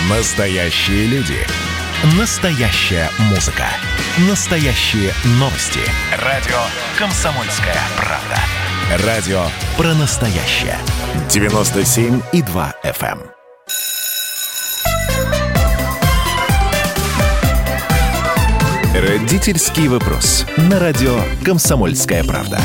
Настоящие люди. Настоящая музыка. Настоящие новости. Радио «Комсомольская правда». Радио про настоящее. 97,2 FM. Родительский вопрос. На радио «Комсомольская правда».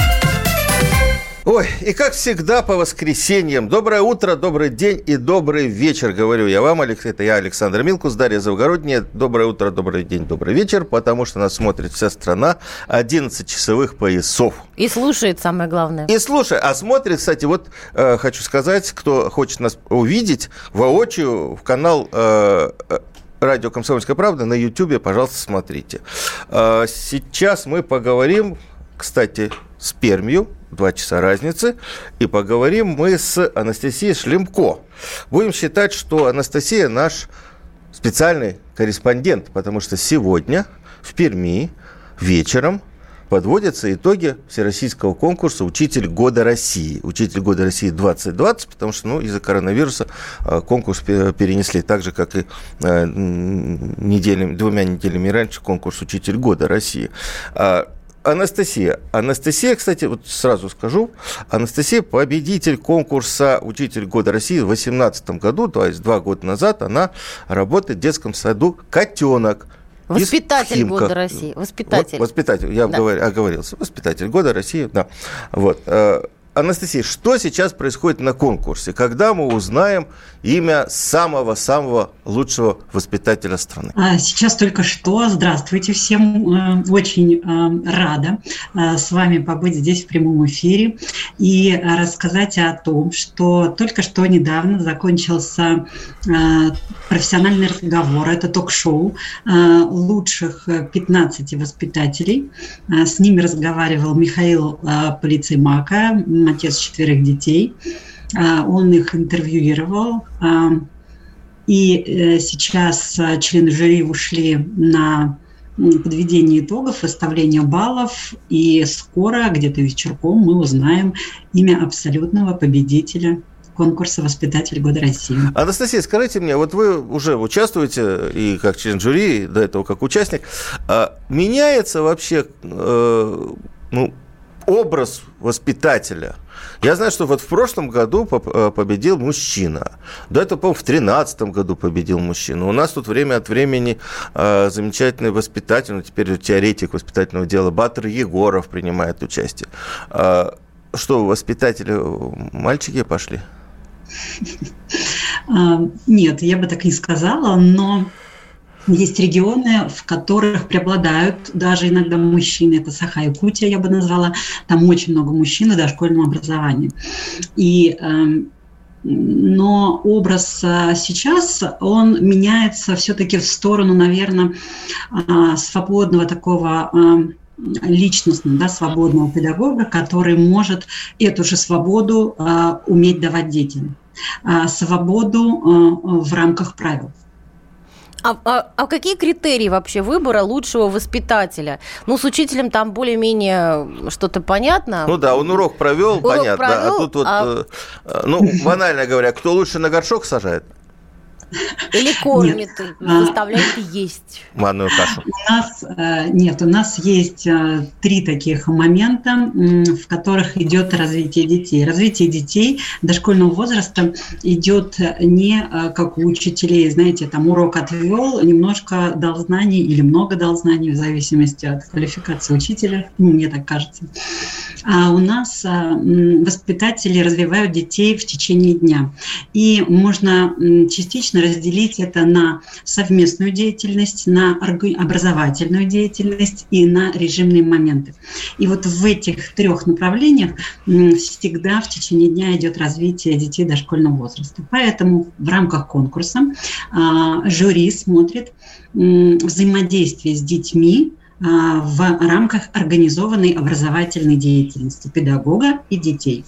Ой, и как всегда по воскресеньям. Доброе утро, добрый день и добрый вечер, говорю я вам, это я, Александр Милкус, Дарья Завгородняя. Доброе утро, добрый день, добрый вечер, потому что нас смотрит вся страна, 11 часовых поясов. И слушает, самое главное. И слушает, а смотрит, кстати, вот хочу сказать, кто хочет нас увидеть воочию, в канал радио «Комсомольская правда» на Ютьюбе, пожалуйста, смотрите. Сейчас мы поговорим, кстати, с Пермью, 2 часа разницы, и поговорим мы с Анастасией Шлемко. Будем считать, что Анастасия наш специальный корреспондент, потому что сегодня в Перми вечером подводятся итоги всероссийского конкурса «Учитель года России». «Учитель года России 2020», потому что из-за коронавируса конкурс перенесли, так же, как и 2 неделями раньше конкурс «Учитель года России». Анастасия, кстати, вот сразу скажу, Анастасия победитель конкурса «Учитель года России» в 2018 году, то есть 2 года назад, она работает в детском саду «Котенок». Воспитатель года России. Воспитатель, я оговорился. Воспитатель года России, да. Вот. Анастасия, что сейчас происходит на конкурсе? Когда мы узнаем имя самого-самого лучшего воспитателя страны? Сейчас только что. Здравствуйте всем. Очень рада с вами побыть здесь в прямом эфире и рассказать о том, что только что недавно закончился профессиональный разговор. Это ток-шоу лучших 15 воспитателей. С ними разговаривал Михаил Полицеймака, отец 4 детей. Он их интервьюировал. И сейчас члены жюри ушли на подведение итогов, выставление баллов. И скоро, где-то вечерком, мы узнаем имя абсолютного победителя конкурса «Воспитатель года России». Анастасия, скажите мне, вот вы уже участвуете и как член жюри, и до этого как участник. Меняется вообще образ воспитателя? Я знаю, что вот в прошлом году победил мужчина. До этого, по-моему, в 2013 году победил мужчина. У нас тут время от времени замечательный воспитатель, теперь теоретик воспитательного дела Батыр Егоров принимает участие. Что, воспитатели мальчики пошли? Нет, я бы так не сказала, но есть регионы, в которых преобладают даже иногда мужчины. Это Саха-Якутия, я бы назвала. Там очень много мужчин в дошкольном образовании. Но образ сейчас, он меняется все-таки в сторону, наверное, свободного такого личностного, свободного педагога, который может эту же свободу уметь давать детям. Свободу в рамках правил. А какие критерии вообще выбора лучшего воспитателя? С учителем там более-менее что-то понятно. Он урок провел, понятно. А тут банально говоря, кто лучше на горшок сажает? Или кормит, заставляет есть. Манную кашу. У нас есть 3 таких момента, в которых идет развитие детей. Развитие детей дошкольного возраста идет не как у учителей, знаете, там урок отвел, немножко дал знаний или много дал знаний, в зависимости от квалификации учителя, мне так кажется. А у нас воспитатели развивают детей в течение дня. И можно частично разделить это на совместную деятельность, на образовательную деятельность и на режимные моменты. И вот в этих 3 направлениях всегда в течение дня идет развитие детей дошкольного возраста. Поэтому в рамках конкурса жюри смотрит взаимодействие с детьми в рамках организованной образовательной деятельности педагога и детей.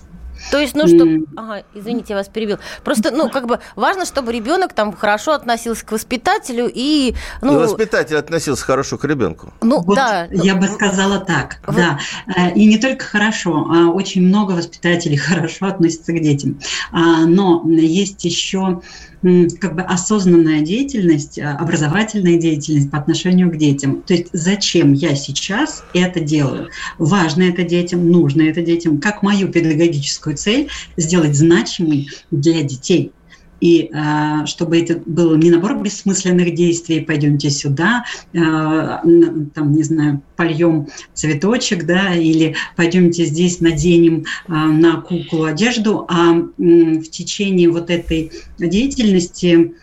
То есть, чтобы... Ага, извините, я вас перебил. Просто, важно, чтобы ребенок там хорошо относился к воспитателю и... И воспитатель относился хорошо к ребенку. Я бы сказала так, да. И не только хорошо, а очень много воспитателей хорошо относятся к детям. Но есть еще осознанная деятельность, образовательная деятельность по отношению к детям. То есть зачем я сейчас это делаю? Важно это детям, нужно это детям. Как мою педагогическую цель сделать значимой для детей. И чтобы это был не набор бессмысленных действий, пойдемте сюда, польем цветочек, да, или пойдемте здесь наденем на куклу одежду, а в течение вот этой деятельности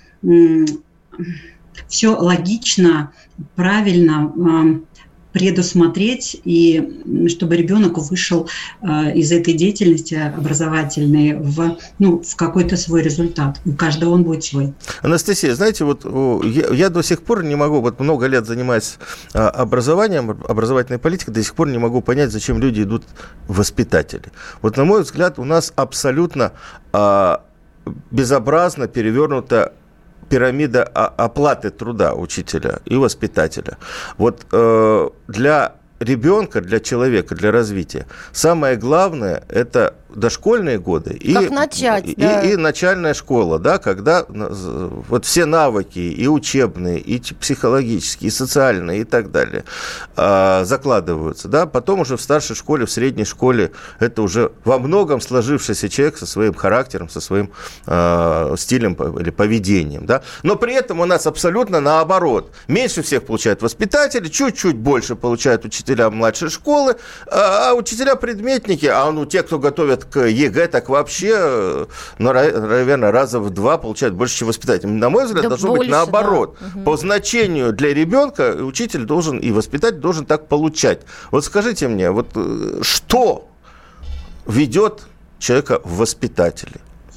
все логично, правильно предусмотреть, и чтобы ребенок вышел из этой деятельности образовательной в какой-то свой результат. У каждого он будет свой. Анастасия, знаете, я до сих пор не могу, много лет занимаясь образованием, образовательной политикой, до сих пор не могу понять, зачем люди идут в воспитатели. На мой взгляд, у нас абсолютно безобразно перевернута пирамида оплаты труда учителя и воспитателя. Для ребенка, для человека, для развития самое главное – это дошкольные годы и начальная школа, да, когда все навыки и учебные, и психологические, и социальные, и так далее закладываются. Да? Потом уже в старшей школе, в средней школе это уже во многом сложившийся человек со своим характером, со своим стилем или поведением. Да? Но при этом у нас абсолютно наоборот. Меньше всех получают воспитатели, чуть-чуть больше получают учителя младшей школы, а учителя-предметники, те, кто готовят к ЕГЭ, так вообще, наверное, раза в 2 получают больше, чем воспитатель. На мой взгляд, должно быть наоборот. Да. По значению для ребенка учитель должен и воспитатель должен так получать. Скажите мне, что ведет человека в воспитателе?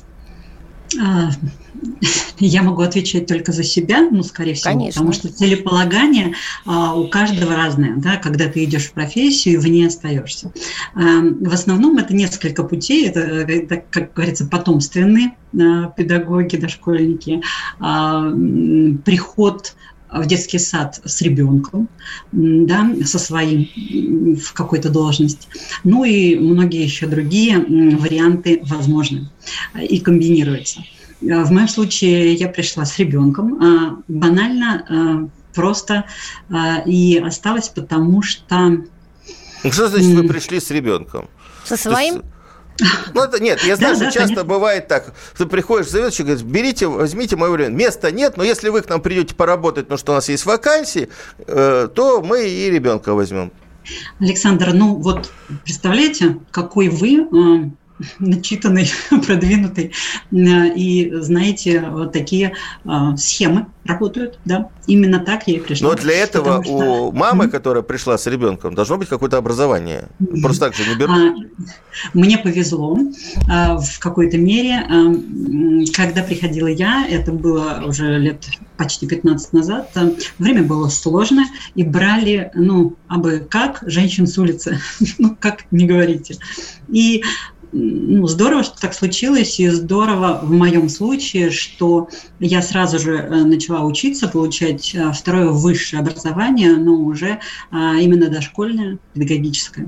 Я могу отвечать только за себя, скорее всего, конечно. Потому что целеполагание у каждого разное, да, когда ты идешь в профессию и в ней остаешься. В основном это несколько путей, это, как говорится, потомственные педагоги, дошкольники, приход в детский сад с ребенком, да, со своим в какой-то должности. И многие еще другие варианты возможны и комбинируются. В моем случае я пришла с ребенком, банально, просто, и осталась, потому что... Что значит, вы пришли с ребенком? Со своим? Нет, я знаю, что часто бывает так. Ты приходишь, заведующий, говорит, возьмите мое время. Места нет, но если вы к нам придете поработать, что у нас есть вакансии, то мы и ребенка возьмем. Александр, представляете, какой вы... начитанный, продвинутый, и знаете, такие схемы работают, да, именно так я и пришла. Но для этого у мамы, которая пришла с ребенком, должно быть какое-то образование. Просто так же не берут. Мне повезло в какой-то мере, когда приходила я, это было уже лет почти 15 назад, время было сложное, и брали, абы как, женщин с улицы, как не говорите. И здорово, что так случилось, и здорово в моем случае, что я сразу же начала учиться, получать второе высшее образование, но уже именно дошкольное, педагогическое.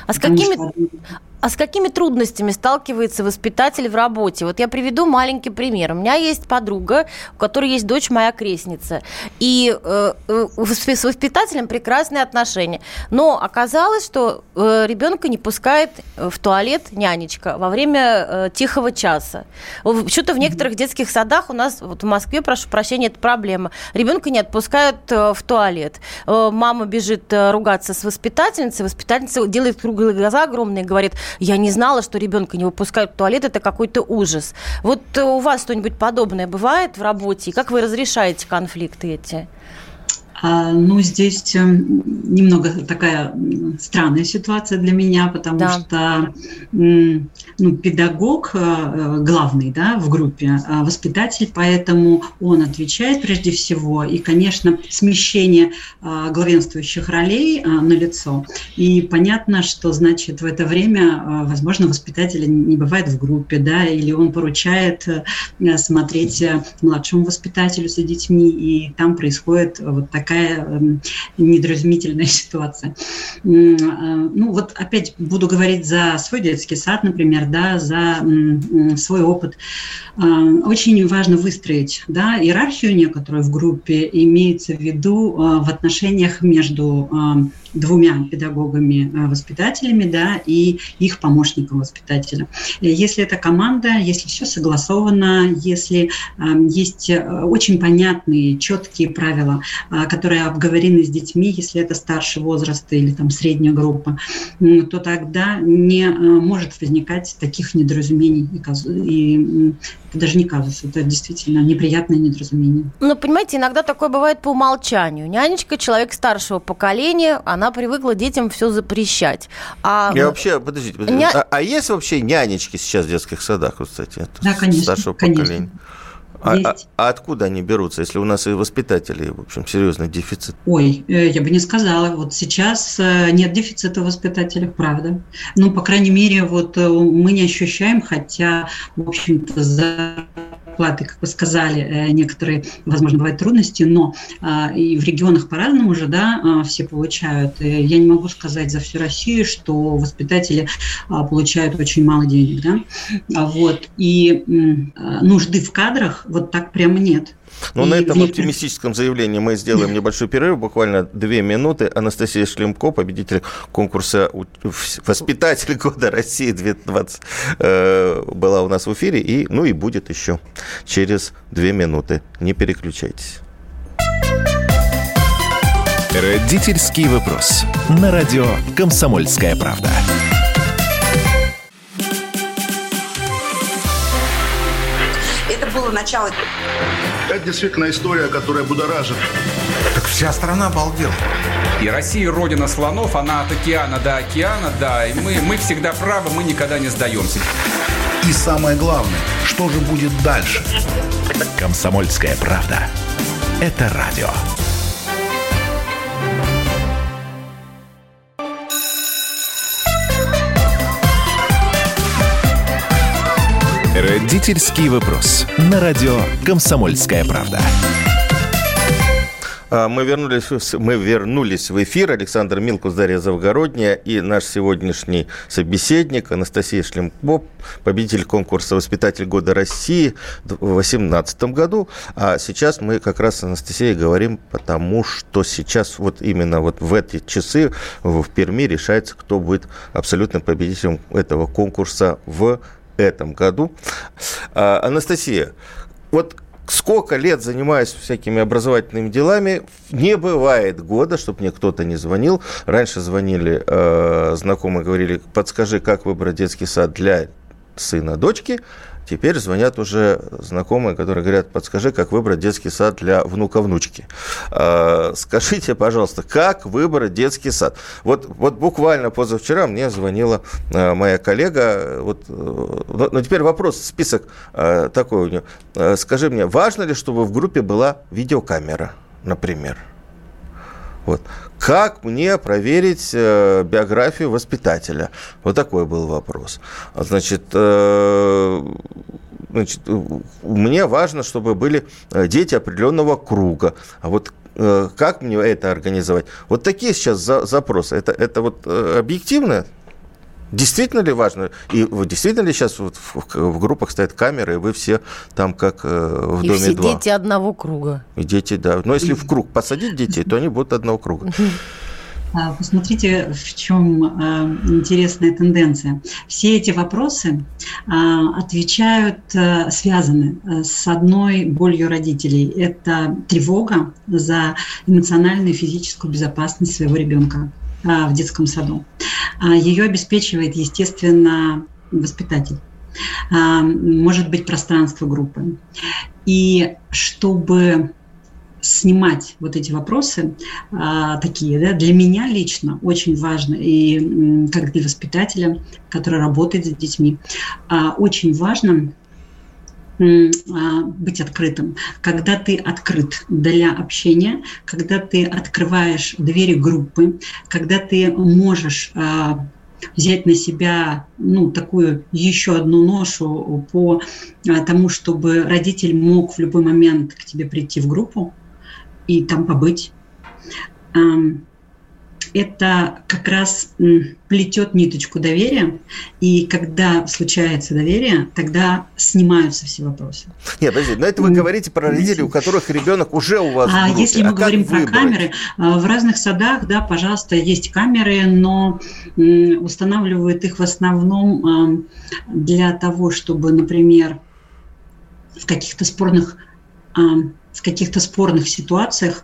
А с какими трудностями сталкивается воспитатель в работе? Я приведу маленький пример. У меня есть подруга, у которой есть дочь моя крестница. И с воспитателем прекрасные отношения. Но оказалось, что ребенка не пускает в туалет нянечка во время тихого часа. Что-то в некоторых детских садах у нас, в Москве, прошу прощения, это проблема. Ребенка не отпускают в туалет. Мама бежит ругаться с воспитательницей. Воспитательница делает круглые глаза огромные и говорит: я не знала, что ребенка не выпускают в туалет, это какой-то ужас. У вас что-нибудь подобное бывает в работе? И как вы разрешаете конфликты эти? Здесь немного такая странная ситуация для меня, потому что педагог главный, в группе, воспитатель, поэтому он отвечает прежде всего. И, конечно, смещение главенствующих ролей налицо. И понятно, что, значит, в это время, возможно, воспитателя не бывает в группе, или он поручает смотреть младшему воспитателю за детьми, и там происходит вот такая недоразумительная ситуация. Опять буду говорить за свой детский сад, например, за свой опыт. Очень важно выстроить иерархию некоторую в группе, имеется в виду в отношениях между двумя педагогами-воспитателями, и их помощником воспитателя. Если это команда, если все согласовано, если есть очень понятные, четкие правила, которые обговорены с детьми, если это старший возраст или средняя группа, то тогда не может возникать таких недоразумений. И это даже не казус, это действительно неприятное недоразумение. Понимаете, иногда такое бывает по умолчанию. Нянечка, человек старшего поколения, она привыкла детям все запрещать. Подождите. А есть вообще нянечки сейчас в детских садах, кстати? Да, конечно. Старшего поколения? А откуда они берутся, если у нас и воспитателей, в общем, серьезный дефицит? Я бы не сказала. Вот сейчас нет дефицита в воспитателях, правда. По крайней мере, мы не ощущаем, хотя, в общем-то, зарплаты, как вы сказали, некоторые, возможно, бывают трудности, но и в регионах по-разному уже, все получают. Я не могу сказать за всю Россию, что воспитатели получают очень мало денег, И нужды в кадрах так прямо нет. На этом оптимистическом заявлении мы сделаем небольшой перерыв, буквально 2 минуты. Анастасия Шлемко, победитель конкурса «Воспитатель года России 2020», была у нас в эфире, и будет еще через 2 минуты. Не переключайтесь. Родительский вопрос. На радио «Комсомольская правда». Это было начало. Это действительно история, которая будоражит. Так вся страна обалдела. И Россия родина слонов, она от океана до океана, и мы всегда правы, мы никогда не сдаемся. И самое главное, что же будет дальше? «Комсомольская правда». Это радио. Родительский вопрос. На радио «Комсомольская правда». Мы вернулись в эфир. Александр Милкус, Дарья Завгородняя и наш сегодняшний собеседник Анастасия Шлемко, победитель конкурса «Воспитатель года России» в 2018 году. А сейчас мы как раз с Анастасией говорим, потому что сейчас именно в эти часы в Перми решается, кто будет абсолютным победителем этого конкурса в этом году. Анастасия, сколько лет занимаюсь всякими образовательными делами, не бывает года, чтобы мне кто-то не звонил. Раньше звонили знакомые, говорили: подскажи, как выбрать детский сад для сына, дочки. Теперь звонят уже знакомые, которые говорят: подскажи, как выбрать детский сад для внука, внучки. Скажите, пожалуйста, как выбрать детский сад? Буквально позавчера мне звонила моя коллега. Но теперь вопрос, список такой у нее. Скажи мне, важно ли, чтобы в группе была видеокамера, например? Как мне проверить биографию воспитателя? Такой был вопрос. Мне важно, чтобы были дети определенного круга. Как мне это организовать? Такие сейчас запросы. Это объективно? Действительно ли важно? И действительно ли сейчас в группах стоят камеры, и вы все там как в доме 2? И все дети одного круга. И дети, да. Но если в круг посадить детей, то они будут одного круга. Посмотрите, в чем интересная тенденция. Все эти вопросы связаны с одной болью родителей. Это тревога за эмоциональную и физическую безопасность своего ребенка в детском саду. Ее обеспечивает, естественно, воспитатель. Может быть, пространство группы. И чтобы снимать вот эти вопросы такие, да, для меня лично очень важно, и как для воспитателя, который работает с детьми, очень важно быть открытым. Когда ты открыт для общения, когда ты открываешь двери группы, когда ты можешь взять на себя такую еще одну ношу по тому, чтобы родитель мог в любой момент к тебе прийти в группу и там побыть. Это как раз плетет ниточку доверия, и когда случается доверие, тогда снимаются все вопросы. Нет, подожди, но это вы говорите про родителей, у которых ребенок уже у вас в группе. Если мы говорим про камеры, в разных садах, да, пожалуйста, есть камеры, но устанавливают их в основном для того, чтобы, например, в каких-то спорных ситуациях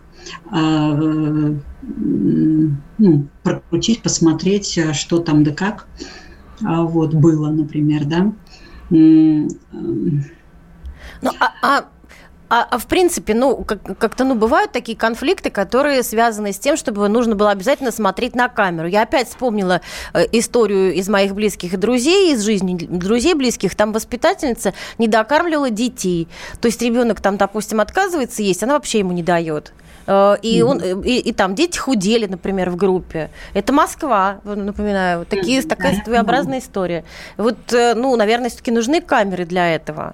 прокрутить, посмотреть, что там да как было, например, да. В принципе, как-то бывают такие конфликты, которые связаны с тем, чтобы нужно было обязательно смотреть на камеру. Я опять вспомнила историю из моих близких друзей, из жизни друзей близких. Там воспитательница не докармливала детей. То есть ребенок там, допустим, отказывается есть, она вообще ему не дает. И там дети худели, например, в группе. Это Москва, напоминаю. Такая своеобразная история. Вот, наверное, все-таки нужны камеры для этого.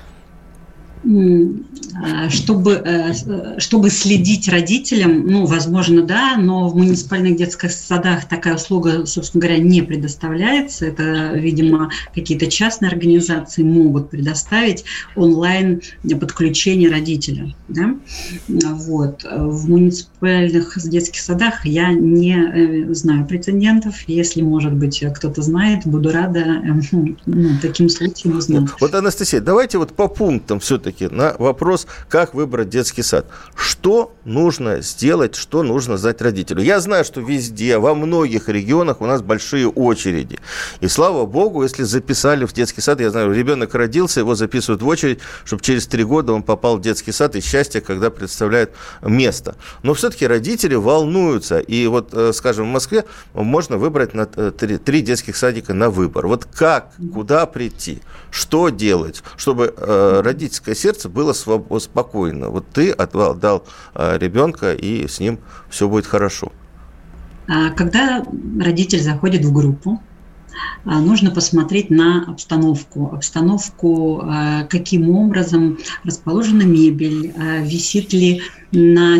Чтобы следить родителям, возможно, да, но в муниципальных детских садах такая услуга, собственно говоря, не предоставляется. Это, видимо, какие-то частные организации могут предоставить онлайн подключение родителя. Да? В муниципальных детских садах я не знаю прецедентов. Если, может быть, кто-то знает, буду рада таким случаем узнать. Вот, Анастасия, давайте по пунктам все-таки на вопрос, как выбрать детский сад. Что нужно сделать, что нужно знать родителю? Я знаю, что везде, во многих регионах у нас большие очереди. И слава богу, если записали в детский сад, я знаю, ребенок родился, его записывают в очередь, чтобы через 3 года он попал в детский сад, и счастье, когда представляет место. Но все-таки родители волнуются. И скажем, в Москве можно выбрать 3 детских садика на выбор. Куда прийти, что делать, чтобы родительское сердце было спокойно. Ты отдал ребенка, и с ним все будет хорошо. Когда родитель заходит в группу, нужно посмотреть на обстановку, каким образом расположена мебель, висит ли на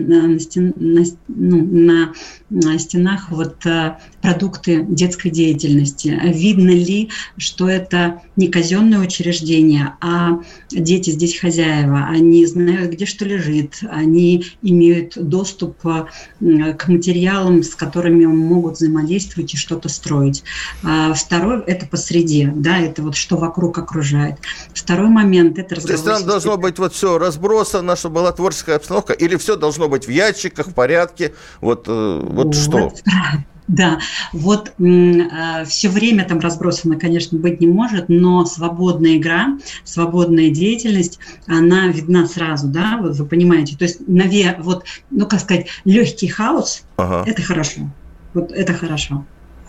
стенах продукты детской деятельности. Видно ли, что это не казенное учреждение, а дети здесь хозяева. Они знают, где что лежит. Они имеют доступ к материалам, с которыми могут взаимодействовать и что-то строить. Второй – это по среде, да, это что вокруг окружает. Второй момент – это разговор. То есть там должно быть все разбросано, чтобы была творческая обстановка, или все должно быть в ящиках, в порядке? Что? Да, все время там разбросано, конечно, быть не может, но свободная игра, свободная деятельность, она видна сразу, да, вы понимаете. То есть, легкий хаос, это хорошо, это хорошо.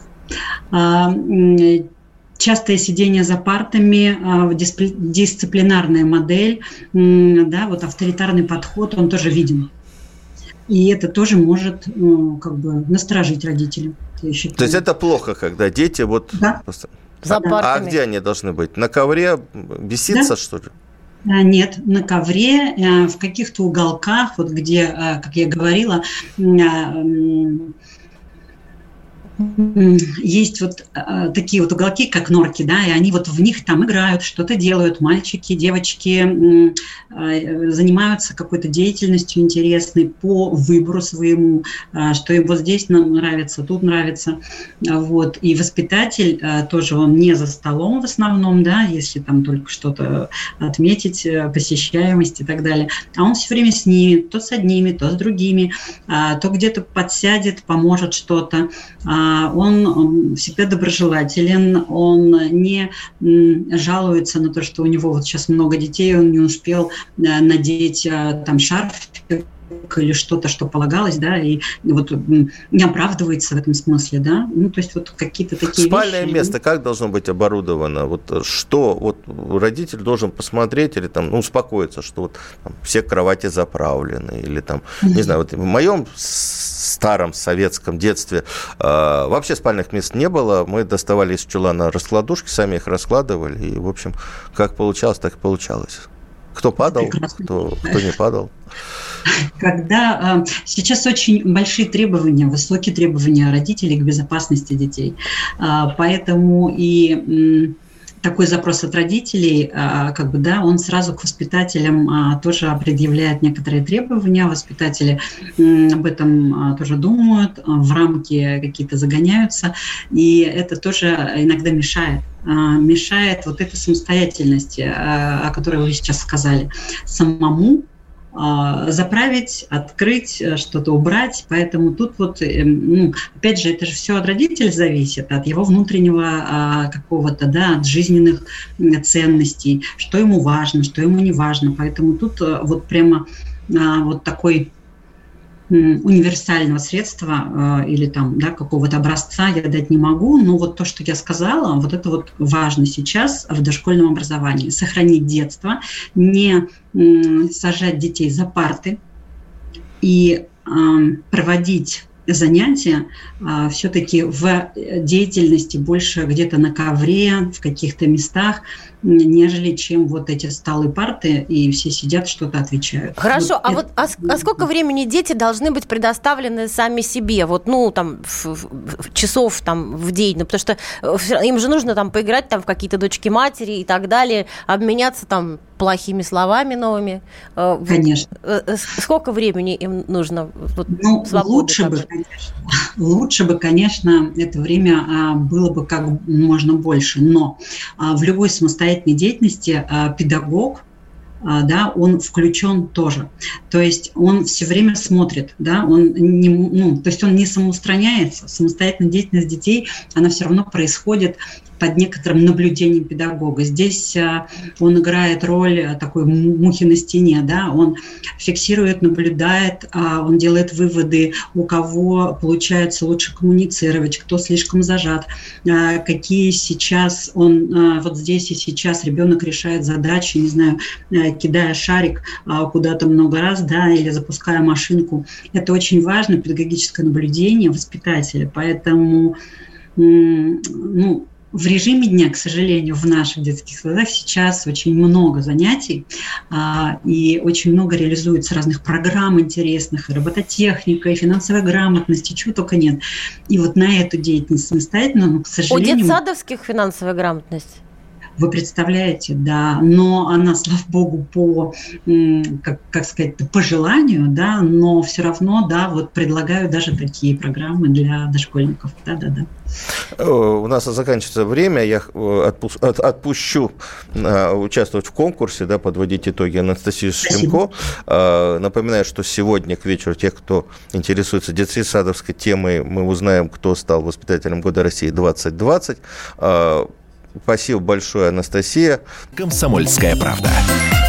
Частое сидение за партами, дисциплинарная модель, авторитарный подход, он тоже виден. И это тоже может насторожить родителей. То есть это плохо, когда дети Да. За партами. А где они должны быть? На ковре беситься, что ли? Нет, на ковре, в каких-то уголках, где, как я говорила, есть такие уголки, как норки, да, и они в них там играют, что-то делают, мальчики, девочки занимаются какой-то деятельностью интересной по выбору своему, что им здесь нам нравится, тут нравится, И воспитатель тоже, он не за столом в основном, да, если там только что-то отметить, посещаемость и так далее, а он все время с ними, то с одними, то с другими, то где-то подсядет, поможет что-то. Он всегда доброжелателен, он не жалуется на то, что у него сейчас много детей, он не успел надеть там шарфик или что-то, что полагалось, да, и вот не оправдывается в этом смысле, да, ну, то есть вот какие-то такие спальное вещи. место как должно быть оборудовано? Вот что вот родитель должен посмотреть или там, ну, успокоиться, что вот там, все кровати заправлены, или там, не знаю, вот в моем старом советском детстве вообще спальных мест не было, мы доставали из чулана раскладушки, сами их раскладывали, и, в общем, как получалось, так и получалось. Кто падал, кто не падал. Когда сейчас очень большие требования, высокие требования родителей к безопасности детей, поэтому и такой запрос от родителей, как бы, да, он сразу к воспитателям тоже предъявляет некоторые требования, воспитатели об этом тоже думают, в рамки какие-то загоняются, и это тоже иногда мешает вот этой самостоятельности, о которой вы сейчас сказали, самому заправить, открыть, что-то убрать. Поэтому тут вот, ну, опять же, это же все от родителя зависит, от его внутреннего какого-то, да, от жизненных ценностей, что ему важно, что ему не важно. Поэтому тут вот прямо вот такой универсального средства или там, да, какого-то образца я дать не могу, но вот то, что я сказала, вот это вот важно сейчас в дошкольном образовании. Сохранить детство, не сажать детей за парты и проводить занятия все-таки в деятельности больше где-то на ковре, в каких-то местах, нежели чем вот эти столы, парты, и все сидят, что-то отвечают. Хорошо, а сколько времени дети должны быть предоставлены сами себе? Вот, ну, там, часов там в день, ну, потому что им же нужно там поиграть там в какие-то дочки-матери и так далее, обменяться там плохими словами новыми. Конечно. Сколько времени им нужно? Вот, ну, лучше бы, конечно, это время было бы как можно больше, но в любой самостоятельной деятельности педагог, да, он включен тоже. То есть он все время смотрит, да, он не, ну, то есть он не самоустраняется. Самостоятельная деятельность детей, она все равно происходит под некоторым наблюдением педагога. Здесь он играет роль такой мухи на стене, да, он фиксирует, наблюдает, он делает выводы, у кого получается лучше коммуницировать, кто слишком зажат, какие сейчас вот здесь и сейчас ребенок решает задачи, не знаю, кидая шарик куда-то много раз, да, или запуская машинку. Это очень важно, педагогическое наблюдение воспитателя, поэтому, ну, в режиме дня, к сожалению, в наших детских садах сейчас очень много занятий и очень много реализуется разных программ интересных, и робототехника, и финансовая грамотность, и чего только нет. И вот на эту деятельность самостоятельно, но, к сожалению... У детсадовских финансовая грамотность? Вы представляете, да, но она, слава богу, по, как сказать, по желанию, да, но все равно, да, вот предлагаю даже такие программы для дошкольников, да. У нас заканчивается время, я отпущу участвовать в конкурсе, да, подводить итоги Анастасию Шлемко. Напоминаю, что сегодня к вечеру тех, кто интересуется детсадовской темой, мы узнаем, кто стал воспитателем года России 2020. Спасибо большое, Анастасия. «Комсомольская правда».